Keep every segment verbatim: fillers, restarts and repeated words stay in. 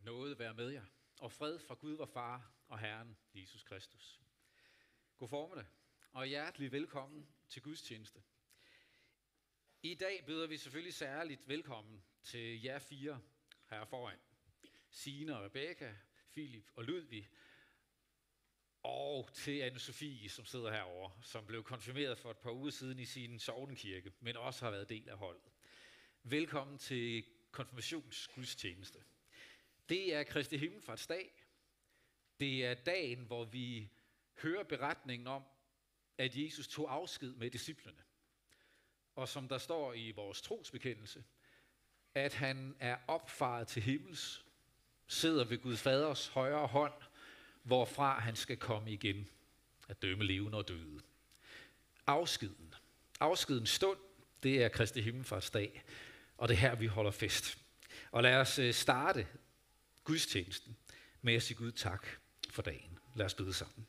Nåde være med jer, og fred fra Gud vor Far og Herren Jesus Kristus. God formiddag, og hjertelig velkommen til gudstjeneste. I dag byder vi selvfølgelig særligt velkommen til jer fire her foran. Signe og Rebecca, Philip og Ludvig, og til Anne-Sophie, som sidder herovre, som blev konfirmeret for et par uger siden i sin sognenkirke, men også har været del af holdet. Velkommen til konfirmationsgudstjeneste. Det er Kristi Himmelfartsdag. Det er dagen, hvor vi hører beretningen om, at Jesus tog afsked med disciplene. Og som der står i vores trosbekendelse, at han er opfaret til himmels, sidder ved Gud Faders højre hånd, hvorfra han skal komme igen at dømme levende og døde. Afskeden. Afskedens stund, det er Kristi Himmelfartsdag, og det er her, vi holder fest. Og lad os starte gudstjenesten med at sige Gud tak for dagen. Lad os bede sammen.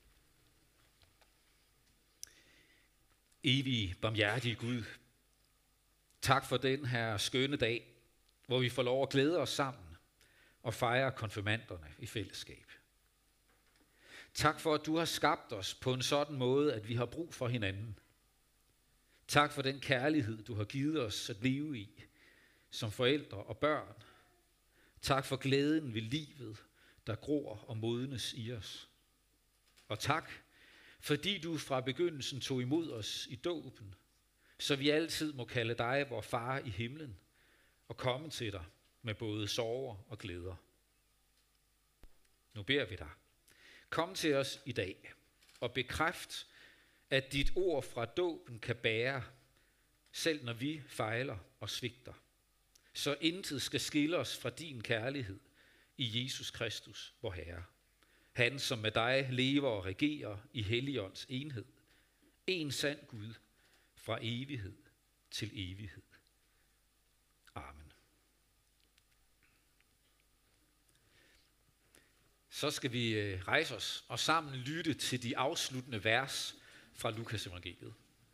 Evig, barmhjertige Gud, tak for den her skønne dag, hvor vi får lov at glæde os sammen og fejre konfirmanderne i fællesskab. Tak for, at du har skabt os på en sådan måde, at vi har brug for hinanden. Tak for den kærlighed, du har givet os at leve i, som forældre og børn. Tak for glæden ved livet, der gror og modnes i os. Og tak, fordi du fra begyndelsen tog imod os i dåben, så vi altid må kalde dig vor far i himlen og komme til dig med både sorger og glæder. Nu beder vi dig. Kom til os i dag og bekræft, at dit ord fra dåben kan bære, selv når vi fejler og svigter. Så intet skal skille os fra din kærlighed i Jesus Kristus, vor Herre. Han, som med dig lever og regerer i Helligånds enhed. En sand Gud fra evighed til evighed. Amen. Så skal vi rejse os og sammen lytte til de afsluttende vers fra Lukas evangeliet.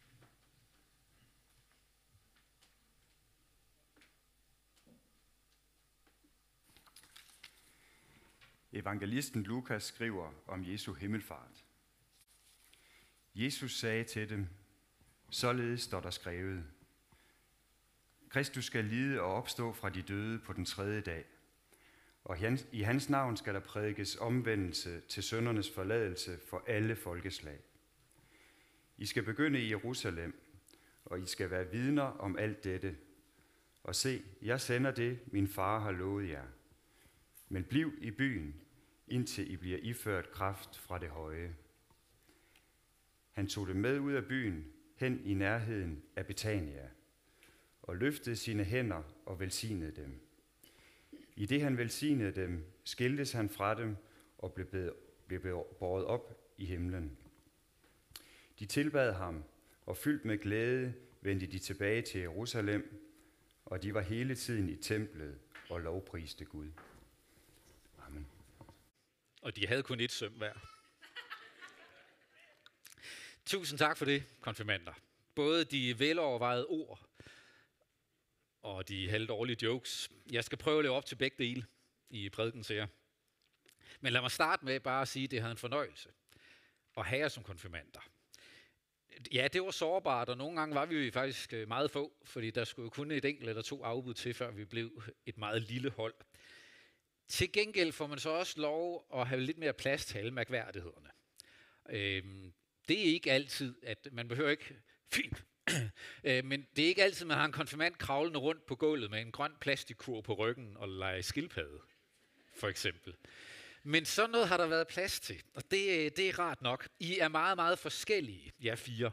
Evangelisten Lukas skriver om Jesu himmelfart. Jesus sagde til dem, således står der skrevet: Kristus skal lide og opstå fra de døde på den tredje dag, og i hans navn skal der prædikes omvendelse til syndernes forladelse for alle folkeslag. I skal begynde i Jerusalem, og I skal være vidner om alt dette. Og se, jeg sender det, min far har lovet jer. Men bliv i byen, indtil I bliver iført kraft fra det høje. Han tog dem med ud af byen, hen i nærheden af Betania, og løftede sine hænder og velsignede dem. I det han velsignede dem, skiltes han fra dem og blev, blev båret op i himlen. De tilbad ham, og fyldt med glæde vendte de tilbage til Jerusalem, og de var hele tiden i templet og lovpriste Gud. Amen. Og de havde kun ét søm hver. Tusind tak for det, konfirmander. Både de velovervejede ord og de halvdårlige jokes. Jeg skal prøve at leve op til begge dele i prædiken til jer. Men lad mig starte med bare at sige, at det havde en fornøjelse at have jer som konfirmander. Ja, det var sårbart, og nogle gange var vi jo faktisk meget få, fordi der skulle jo kun et enkelt eller to afbud til, før vi blev et meget lille hold. Til gengæld får man så også lov at have lidt mere plads til alle mærkværdighederne. Øhm, det er ikke altid, at man behøver ikke fint, øh, men det er ikke altid, man har en konfirmand kravlende rundt på gulvet med en grøn plastikkur på ryggen og lege skildpadde, for eksempel. Men sådan noget har der været plads til, og det, det er rart nok. I er meget, meget forskellige, jer fire.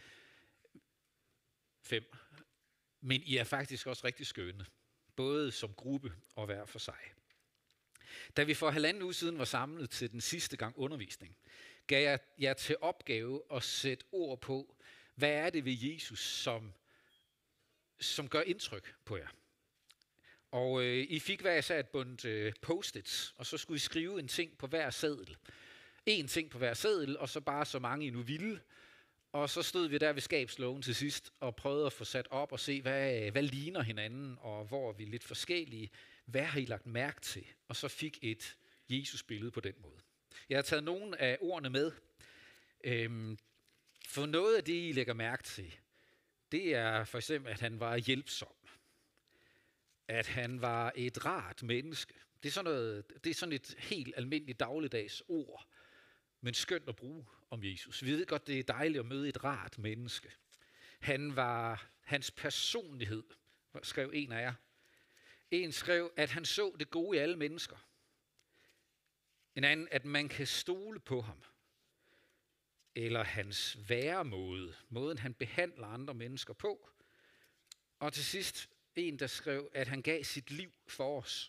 Fem. Men I er faktisk også rigtig skønne, både som gruppe og hver for sig. Da vi for halvanden uge siden var samlet til den sidste gang undervisning, gav jeg jer til opgave at sætte ord på, hvad er det ved Jesus, som, som gør indtryk på jer. Og øh, I fik hver især et bundt øh, post-its, og så skulle I skrive en ting på hver seddel. En ting på hver seddel, og så bare så mange I nu ville. Og så stod vi der ved skabslågen til sidst og prøvede at få sat op og se, hvad, hvad ligner hinanden, og hvor er vi lidt forskellige. Hvad har I lagt mærke til? Og så fik et Jesus-billede på den måde. Jeg har taget nogle af ordene med. Øhm, for noget af det, I lægger mærke til, det er for eksempel, at han var hjælpsom. At han var et rart menneske. Det er sådan, noget, det er sådan et helt almindeligt dagligdags ord, men skønt at bruge om Jesus. Vi ved godt, det er dejligt at møde et rart menneske. Han var, hans personlighed, skrev en af jer. En skrev, at han så det gode i alle mennesker. En anden, at man kan stole på ham. Eller hans væremåde, måden han behandler andre mennesker på. Og til sidst en, der skrev, at han gav sit liv for os.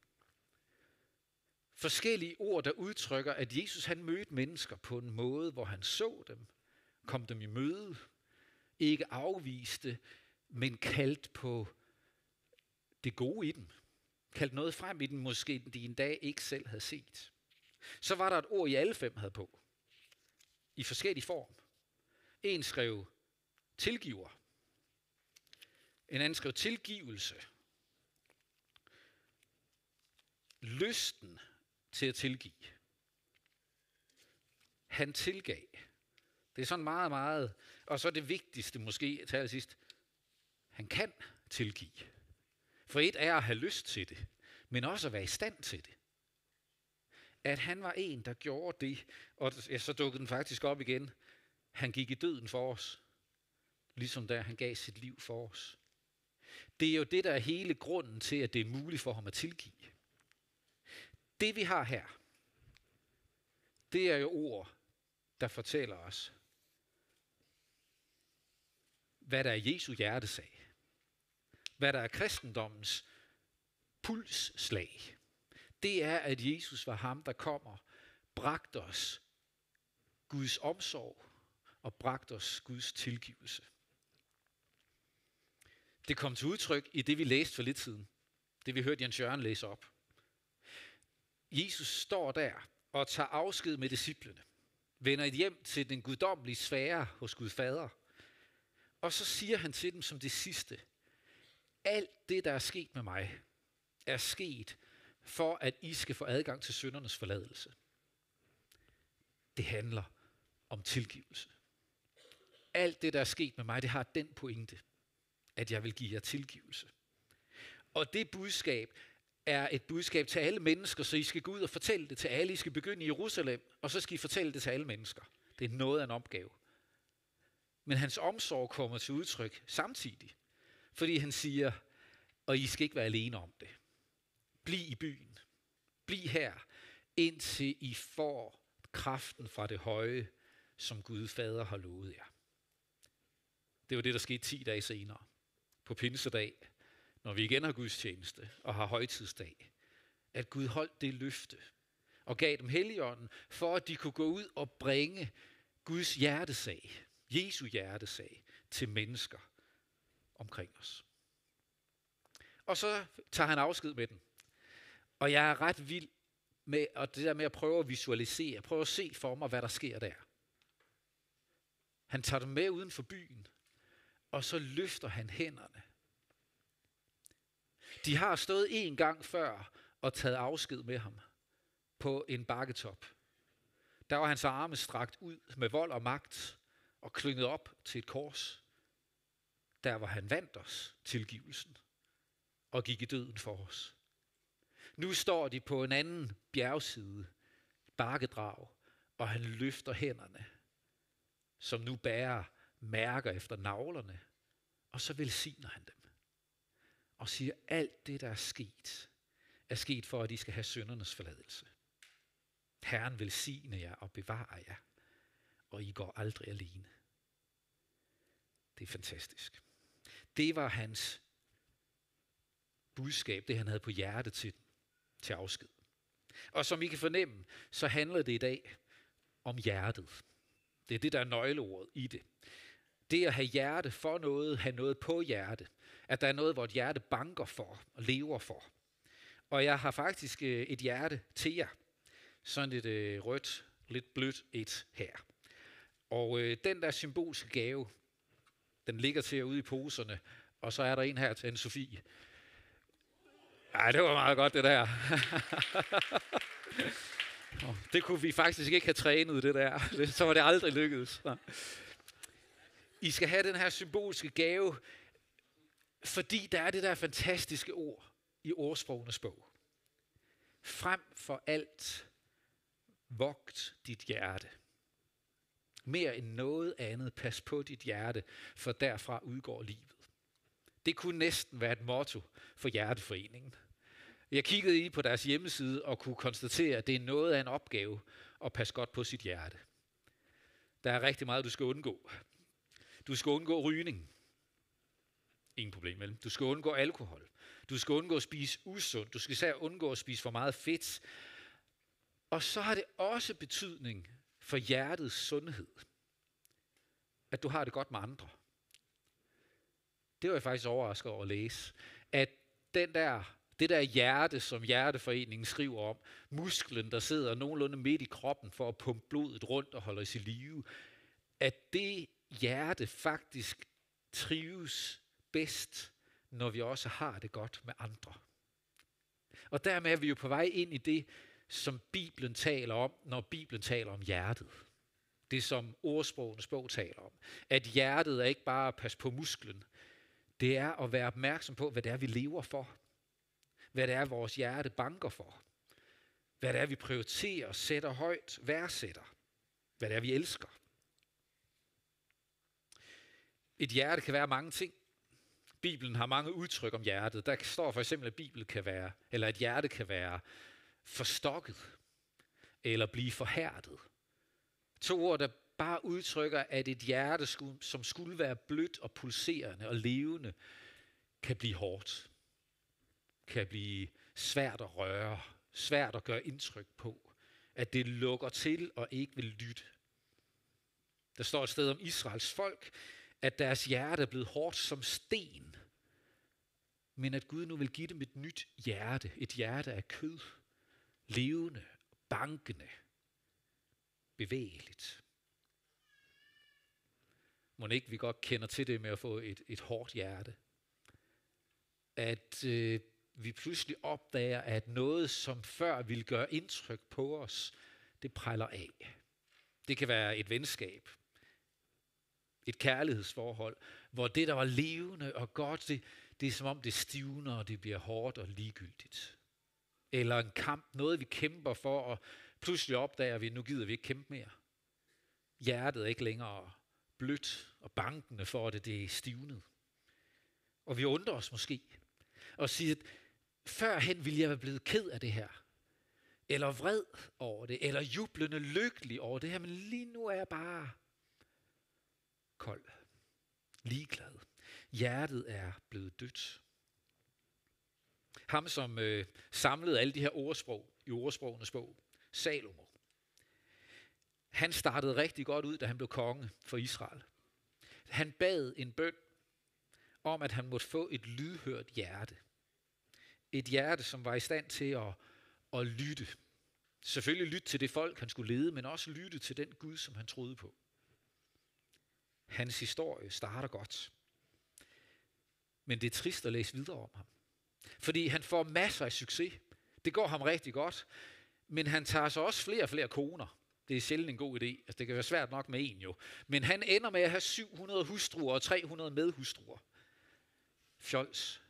Forskellige ord, der udtrykker, at Jesus han mødte mennesker på en måde, hvor han så dem, kom dem i møde, ikke afviste, men kaldte på det gode i dem. Kaldte noget frem i dem, måske de en dag ikke selv havde set. Så var der et ord, I alle fem havde på, i forskellig form. En skrev tilgiver. En anden skrev tilgivelse. Lysten til at tilgive. Han tilgav. Det er sådan meget, meget. Og så det vigtigste måske til allersidst. Han kan tilgive. For et er at have lyst til det, men også at være i stand til det. At han var en, der gjorde det, og så dukkede den faktisk op igen. Han gik i døden for os, ligesom der han gav sit liv for os. Det er jo det, der er hele grunden til, at det er muligt for ham at tilgive. Det vi har her, det er jo ord, der fortæller os, hvad der er Jesu hjertesag. Hvad der er kristendommens pulsslag. Det er, at Jesus var ham, der kommer, bragte os Guds omsorg og bragte os Guds tilgivelse. Det kom til udtryk i det, vi læste for lidt siden. Det vi hørte Jens Jørgen læse op. Jesus står der og tager afsked med disciplene. Vender et hjem til den guddommelige sfære hos Gud Fader. Og så siger han til dem som det sidste. Alt det, der er sket med mig, er sket for, at I skal få adgang til syndernes forladelse. Det handler om tilgivelse. Alt det, der er sket med mig, det har den pointe, at jeg vil give jer tilgivelse. Og det budskab er et budskab til alle mennesker, så I skal gå ud og fortælle det til alle. I skal begynde i Jerusalem, og så skal I fortælle det til alle mennesker. Det er noget af en opgave. Men hans omsorg kommer til udtryk samtidig, fordi han siger, og I skal ikke være alene om det. Bliv i byen. Bliv her, indtil I får kraften fra det høje, som Gud Fader har lovet jer. Det var det, der skete ti dage senere. På pinsedag, når vi igen har gudstjeneste og har højtidsdag, at Gud holdt det løfte og gav dem Helligånden, for at de kunne gå ud og bringe Guds hjertesag, Jesu hjertesag, til mennesker omkring os. Og så tager han afsked med dem. Og jeg er ret vild med og det der med at prøve at visualisere, prøve at se for mig, hvad der sker der. Han tager dem med uden for byen, og så løfter han hænderne. De har stået en gang før og taget afsked med ham på en bakketop. Der var hans arme strakt ud med vold og magt og klynget op til et kors. Der var han vandt os tilgivelsen og gik i døden for os. Nu står de på en anden bjergside, bakkedrag, og han løfter hænderne, som nu bærer mærker efter naglerne, og så velsigner han dem. Og siger, alt det, der er sket, er sket for, at I skal have syndernes forladelse. Herren velsigne jer og bevare jer, og I går aldrig alene. Det er fantastisk. Det var hans budskab, det han havde på hjertet til, til afsked. Og som I kan fornemme, så handler det i dag om hjertet. Det er det, der er nøgleordet i det. Det at have hjerte for noget, have noget på hjerte. At der er noget, hvor et hjerte banker for og lever for. Og jeg har faktisk et hjerte til jer. Sådan et øh, rødt, lidt blødt et her. Og øh, den der symbolske gave, den ligger til jer ude i poserne, og så er der en her til Anne-Sophie. Ej, det var meget godt, det der. Det kunne vi faktisk ikke have trænet, det der. Så var det aldrig lykkedes. I skal have den her symbolske gave, fordi der er det der fantastiske ord i ordsprogenes bog. Frem for alt, vogt dit hjerte. Mere end noget andet, pas på dit hjerte, for derfra udgår livet. Det kunne næsten være et motto for Hjerteforeningen. Jeg kiggede i på deres hjemmeside og kunne konstatere, at det er noget af en opgave at passe godt på sit hjerte. Der er rigtig meget, du skal undgå. Du skal undgå rygning. Ingen problem med det. Du skal undgå alkohol. Du skal undgå at spise usundt. Du skal især undgå at spise for meget fedt. Og så har det også betydning for hjertets sundhed, at du har det godt med andre. Det var jeg faktisk overrasket over at læse, at den der, det der hjerte, som Hjerteforeningen skriver om, musklen, der sidder nogenlunde midt i kroppen for at pumpe blodet rundt og holde os i live, at det hjerte faktisk trives bedst, når vi også har det godt med andre. Og dermed er vi jo på vej ind i det, som Bibelen taler om, når Bibelen taler om hjertet. Det, som ordsprogenes bog taler om. At hjertet er ikke bare at passe på musklen. Det er at være opmærksom på, hvad det er, vi lever for. Hvad det er, vores hjerte banker for. Hvad det er, vi prioriterer, sætter højt, værdsætter. Hvad det er, vi elsker. Et hjerte kan være mange ting. Bibelen har mange udtryk om hjertet. Der står for eksempel, at Bibelen kan være, eller et hjerte kan være forstokket, eller blive forhærdet. To ord, der bare udtrykker, at et hjerte, som skulle være blødt og pulserende og levende, kan blive hårdt. Kan blive svært at røre, svært at gøre indtryk på. At det lukker til og ikke vil lytte. Der står et sted om Israels folk, at deres hjerte er blevet hårdt som sten, men at Gud nu vil give dem et nyt hjerte, et hjerte af kød, levende, bankende, bevægeligt. Må ikke vi godt kender til det med at få et, et hårdt hjerte? At øh, vi pludselig opdager, at noget, som før ville gøre indtryk på os, det prejler af. Det kan være et venskab, et kærlighedsforhold, hvor det, der var levende og godt, det, det er som om det stivner, og det bliver hårdt og ligegyldigt. Eller en kamp, noget vi kæmper for, og pludselig opdager vi, at nu gider vi ikke kæmpe mere. Hjertet er ikke længere blødt og bankende for det, det er stivnet. Og vi undrer os måske, og siger, at førhen ville jeg være blevet ked af det her, eller vred over det, eller jublende lykkelig over det her, men lige nu er jeg bare kold, ligeglad. Hjertet er blevet dødt. Ham, som øh, samlede alle de her ordsprog i ordsprogenes bog, Salomo, han startede rigtig godt ud, da han blev konge for Israel. Han bad en bøn om, at han måtte få et lydhørt hjerte. Et hjerte, som var i stand til at, at lytte. Selvfølgelig lytte til det folk, han skulle lede, men også lytte til den Gud, som han troede på. Hans historie starter godt. Men det er trist at læse videre om ham. Fordi han får masser af succes. Det går ham rigtig godt. Men han tager så også flere og flere koner. Det er sjældent en god idé. Altså, det kan være svært nok med en jo. Men han ender med at have syv hundrede hustruer og tre hundrede medhustruer. Fjols.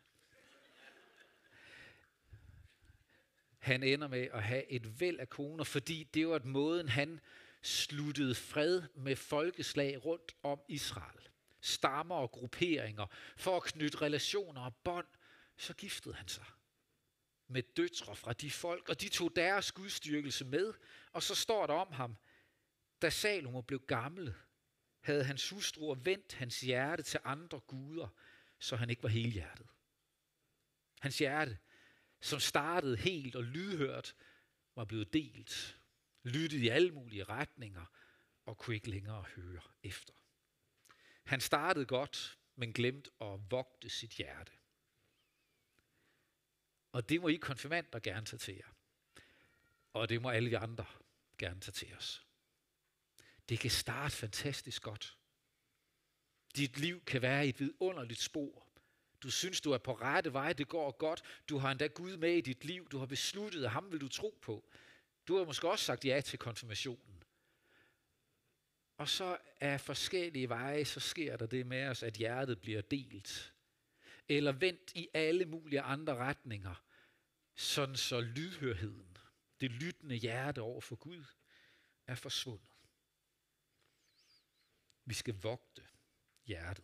Han ender med at have et væld af koner, fordi det var et måden, han sluttede fred med folkeslag rundt om Israel. Stammer og grupperinger. For at knytte relationer og bånd, så giftede han sig med døtre fra de folk, og de tog deres gudstyrkelse med, og så står der om ham, da Salomo blev gammel, havde hans hustruer vendt hans hjerte til andre guder, så han ikke var helhjertet. Hans hjerte, som startede helt og lydhørt, var blevet delt, lyttede i alle mulige retninger, og kunne ikke længere høre efter. Han startede godt, men glemte at vogte sit hjerte. Og det må I konfirmander gerne tage til jer. Og det må alle vi andre gerne tage til os. Det kan starte fantastisk godt. Dit liv kan være i et vidunderligt spor. Du synes, du er på rette vej, det går godt. Du har endda Gud med i dit liv. Du har besluttet, at ham vil du tro på. Du har måske også sagt ja til konfirmationen. Og så af forskellige veje, så sker der det med os, at hjertet bliver delt. Eller vendt i alle mulige andre retninger. Sådan så lydhørheden, det lyttende hjerte over for Gud, er forsvundet. Vi skal vogte hjertet.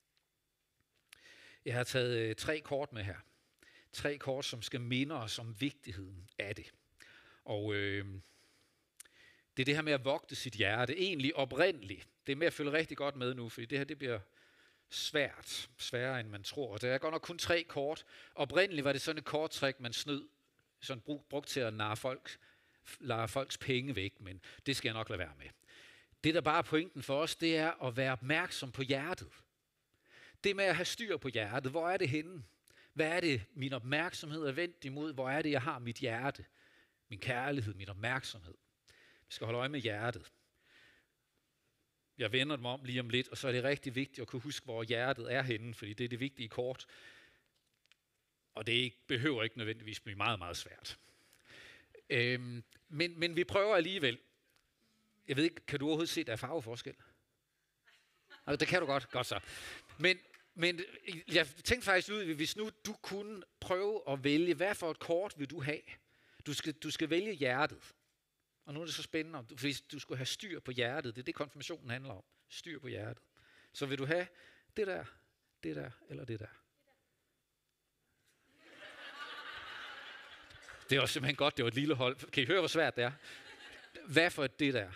Jeg har taget øh, tre kort med her. Tre kort, som skal minde os om vigtigheden af det. Og øh, det er det her med at vogte sit hjerte. Egentlig oprindeligt. Det er med at følge rigtig godt med nu, fordi det her det bliver svært. Sværere end man tror. Der er godt nok kun tre kort. Oprindeligt var det sådan et korttræk, man snød. Sådan brugt, brugt til at narre folk, narre folks penge væk, men det skal jeg nok lade være med. Det, der bare er pointen for os, det er at være opmærksom på hjertet. Det med at have styr på hjertet. Hvor er det henne? Hvad er det, min opmærksomhed er vendt imod? Hvor er det, jeg har mit hjerte? Min kærlighed, min opmærksomhed. Vi skal holde øje med hjertet. Jeg vender dem om lige om lidt, og så er det rigtig vigtigt at kunne huske, hvor hjertet er henne, fordi det er det vigtige kort. Og det ikke, behøver ikke nødvendigvis blive meget, meget svært. Øhm, men, men vi prøver alligevel. Jeg ved ikke, kan du overhovedet se, der er farveforskel? Altså, det kan du godt. Godt så. Men, men jeg tænkte faktisk ud, hvis nu du kunne prøve at vælge, hvad for et kort vil du have? Du skal, du skal vælge hjertet. Og nu er det så spændende, hvis du skulle have styr på hjertet. Det er det, konfirmationen handler om. Styr på hjertet. Så vil du have det der, det der eller det der? Det er også simpelthen godt, det var et lille hold. Kan I høre, hvor svært det er? Hvad for det der?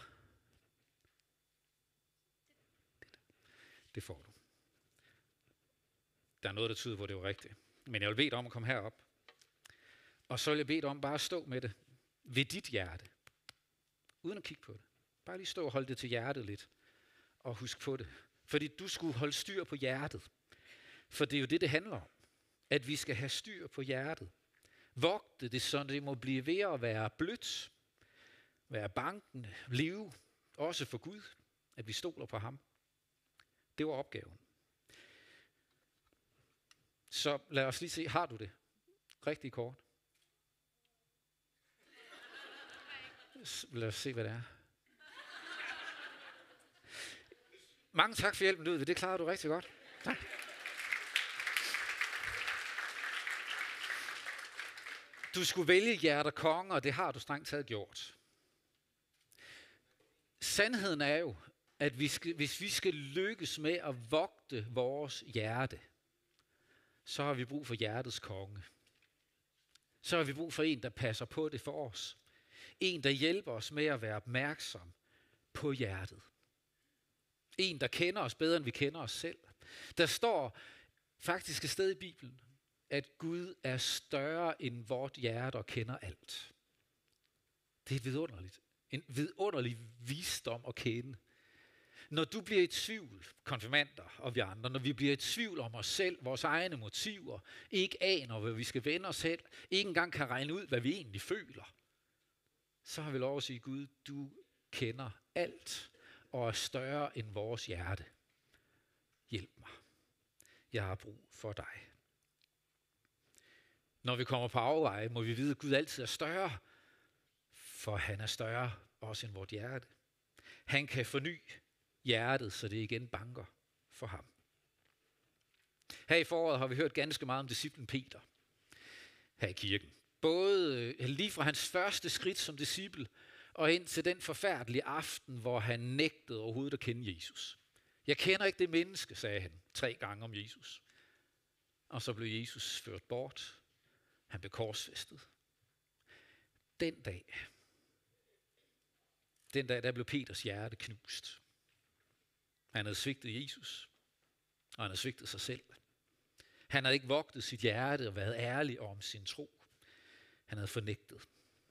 Det får du. Der er noget, der tyder på, at det var rigtigt. Men jeg vil bede dig om at komme herop. Og så vil jeg bede dig om bare at stå med det ved dit hjerte. Uden at kigge på det. Bare lige stå og holde det til hjertet lidt. Og husk på det. Fordi du skulle holde styr på hjertet. For det er jo det, det handler om. At vi skal have styr på hjertet. Vogte det, så det må blive ved at være blødt. Være banken. Leve. Også for Gud. At vi stoler på ham. Det var opgaven. Så lad os lige se. Har du det? Rigtig kort. Lad os se, hvad det er. Mange tak for hjælpen, Ludvig. Det klarede du rigtig godt. Tak. Du skulle vælge hjerter konge, og det har du strengt taget gjort. Sandheden er jo, at vi skal, hvis vi skal lykkes med at vogte vores hjerte, så har vi brug for hjertets konge. Så har vi brug for en, der passer på det for os. En, der hjælper os med at være opmærksom på hjertet. En, der kender os bedre, end vi kender os selv. Der står faktisk et sted i Bibelen, at Gud er større end vort hjerte og kender alt. Det er vidunderligt. En vidunderlig visdom at kende. Når du bliver i tvivl, konfirmander og vi andre, når vi bliver i tvivl om os selv, vores egne motiver, ikke aner, hvad vi skal vende os selv, ikke engang kan regne ud, hvad vi egentlig føler, så har vi lov at sige, Gud, du kender alt og er større end vores hjerte. Hjælp mig. Jeg har brug for dig. Når vi kommer på afveje, må vi vide, at Gud altid er større, for han er større også end vort hjerte. Han kan forny hjertet, så det igen banker for ham. Her i foråret har vi hørt ganske meget om disciplen Peter her i kirken. Både lige fra hans første skridt som disciple, og ind til den forfærdelige aften, hvor han nægtede overhovedet at kende Jesus. Jeg kender ikke det menneske, sagde han tre gange om Jesus. Og så blev Jesus ført bort. Han blev korsfæstet. Den dag, den dag, der blev Peters hjerte knust. Han havde svigtet Jesus, og han havde svigtet sig selv. Han havde ikke vogtet sit hjerte og været ærlig om sin tro. Han havde fornægtet.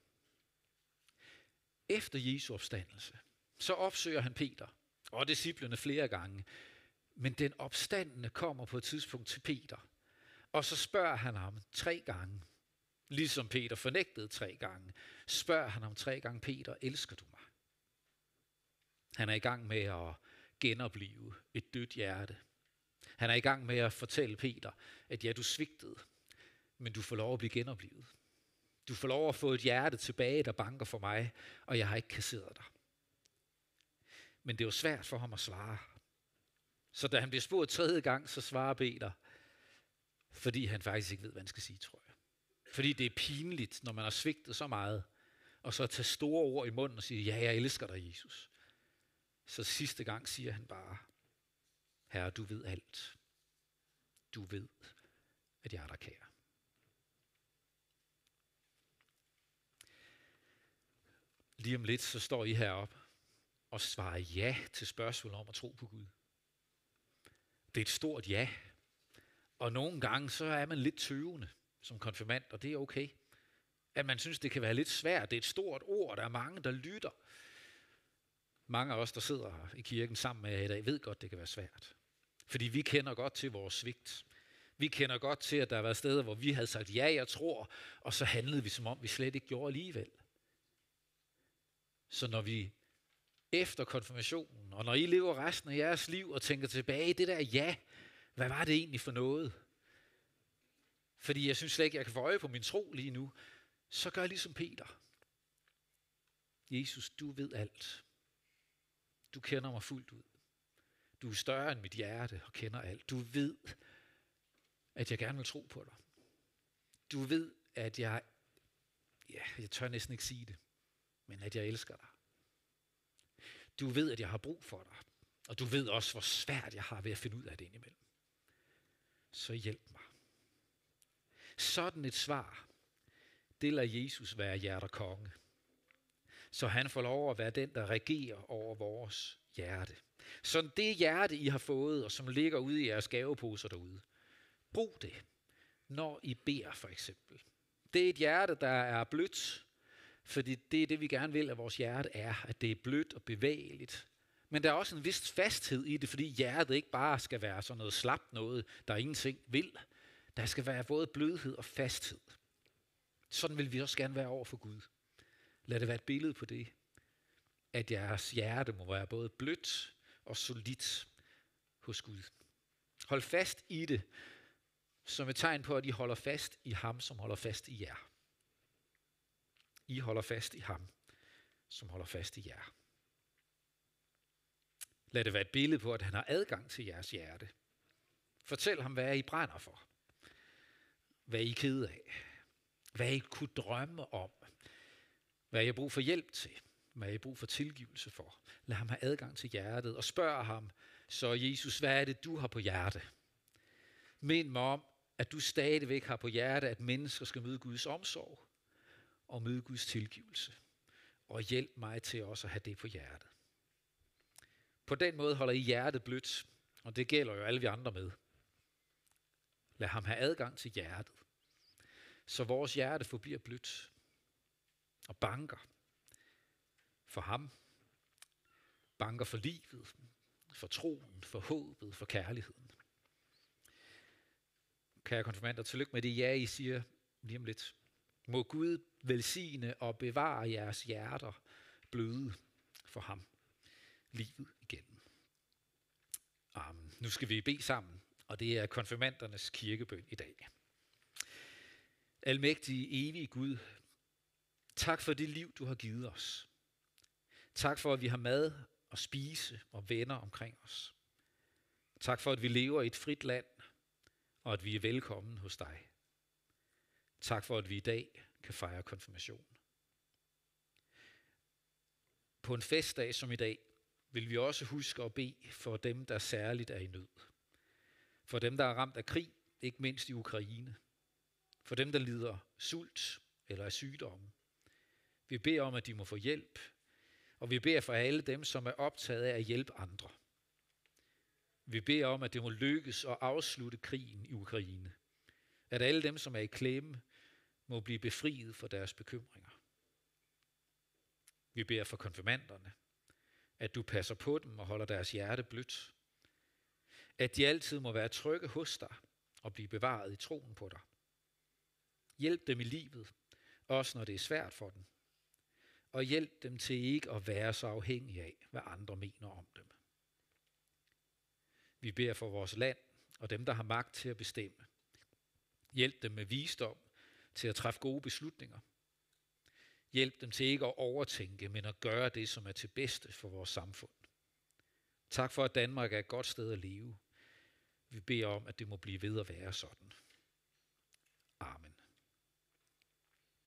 Efter Jesu opstandelse, så opsøger han Peter og disciplene flere gange. Men den opstandende kommer på et tidspunkt til Peter, og så spørger han ham tre gange. Ligesom Peter fornægtede tre gange, spørger han ham tre gange, Peter, elsker du mig? Han er i gang med at genopleve et dødt hjerte. Han er i gang med at fortælle Peter, at ja, du svigtede, men du får lov at blive genoplevet. Du får lov at få et hjerte tilbage, der banker for mig, og jeg har ikke kasseret dig. Men det er jo svært for ham at svare. Så da han bliver spurgt tredje gang, så svarer Peter, fordi han faktisk ikke ved, hvad han skal sige, tror jeg. Fordi det er pinligt, når man har svigtet så meget, og så tage store ord i munden og sige, ja, jeg elsker dig, Jesus. Så sidste gang siger han bare, Herre, du ved alt. Du ved, at jeg er der kære. Lige om lidt, så står I heroppe og svarer ja til spørgsmålet om at tro på Gud. Det er et stort ja. Og nogle gange, så er man lidt tøvende som konfirmand, og det er okay. At man synes, det kan være lidt svært. Det er et stort ord, der er mange, der lytter. Mange af os, der sidder her i kirken sammen med jer i dag, ved godt, det kan være svært. Fordi vi kender godt til vores svigt. Vi kender godt til, at der har været steder, hvor vi havde sagt, ja, jeg tror, og så handlede vi, som om vi slet ikke gjorde alligevel. Så når vi efter konfirmationen, og når I lever resten af jeres liv og tænker tilbage, det der ja, hvad var det egentlig for noget? Fordi jeg synes slet ikke, jeg kan få øje på min tro lige nu, så gør ligesom Peter. Jesus, du ved alt. Du kender mig fuldt ud. Du er større end mit hjerte og kender alt. Du ved, at jeg gerne vil tro på dig. Du ved, at jeg, ja, jeg tør næsten ikke sige det, men at jeg elsker dig. Du ved, at jeg har brug for dig. Og du ved også, hvor svært jeg har ved at finde ud af det indimellem. Så hjælp mig. Sådan et svar, det lader Jesus være hjerterkonge. Så han får lov at være den, der regerer over vores hjerte. Så det hjerte, I har fået, og som ligger ude i jeres gaveposer derude, brug det, når I beder for eksempel. Det er et hjerte, der er blødt, fordi det er det, vi gerne vil, at vores hjerte er, at det er blødt og bevægeligt. Men der er også en vis fasthed i det, fordi hjertet ikke bare skal være sådan noget slapt noget, der ingenting vil. Der skal være både blødhed og fasthed. Sådan vil vi også gerne være over for Gud. Lad det være et billede på det, at jeres hjerte må være både blødt og solidt hos Gud. Hold fast i det, som et tegn på, at I holder fast i ham, som holder fast i jer. I holder fast i ham, som holder fast i jer. Lad det være et billede på, at han har adgang til jeres hjerte. Fortæl ham, hvad I brænder for. Hvad I er kede af. Hvad I kunne drømme om. Hvad I har brug for hjælp til. Hvad I har brug for tilgivelse for. Lad ham have adgang til hjertet og spørg ham, så Jesus, hvad er det, du har på hjerte? Mind mig om, at du stadigvæk har på hjerte, at mennesker skal møde Guds omsorg og møde Guds tilgivelse. Og hjælp mig til også at have det på hjertet. På den måde holder I hjertet blødt, og det gælder jo alle vi andre med. Lad ham have adgang til hjertet, så vores hjerte forbliver blødt og banker for ham, banker for livet, for troen, for håbet, for kærligheden. Kære konfirmander, tillykke med det ja, I siger lige om lidt. Må Gud velsigne og bevare jeres hjerter bløde for ham livet igennem. Amen. Nu skal vi bede sammen, og det er konfirmandernes kirkebøn i dag. Almægtige, evige Gud, tak for det liv, du har givet os. Tak for, at vi har mad og spise og venner omkring os. Tak for, at vi lever i et frit land, og at vi er velkommen hos dig. Tak for, at vi i dag kan fejre konfirmation. På en festdag som i dag, vil vi også huske at bede for dem, der særligt er i nød. For dem, der er ramt af krig, ikke mindst i Ukraine. For dem, der lider sult eller af sygdomme. Vi beder om, at de må få hjælp, og vi beder for alle dem, som er optaget af at hjælpe andre. Vi beder om, at det må lykkes at afslutte krigen i Ukraine. At alle dem, som er i klemme, må blive befriet for deres bekymringer. Vi beder for konfirmanderne, at du passer på dem og holder deres hjerte blødt. At de altid må være trygge hos dig og blive bevaret i troen på dig. Hjælp dem i livet, også når det er svært for dem. og hjælp dem til ikke at være så afhængige af, hvad andre mener om dem. Vi beder for vores land og dem, der har magt til at bestemme. Hjælp dem med visdom til at træffe gode beslutninger. Hjælp dem til ikke at overtænke, men at gøre det, som er til bedste for vores samfund. Tak for, at Danmark er et godt sted at leve. Vi beder om, at det må blive ved at være sådan. Amen.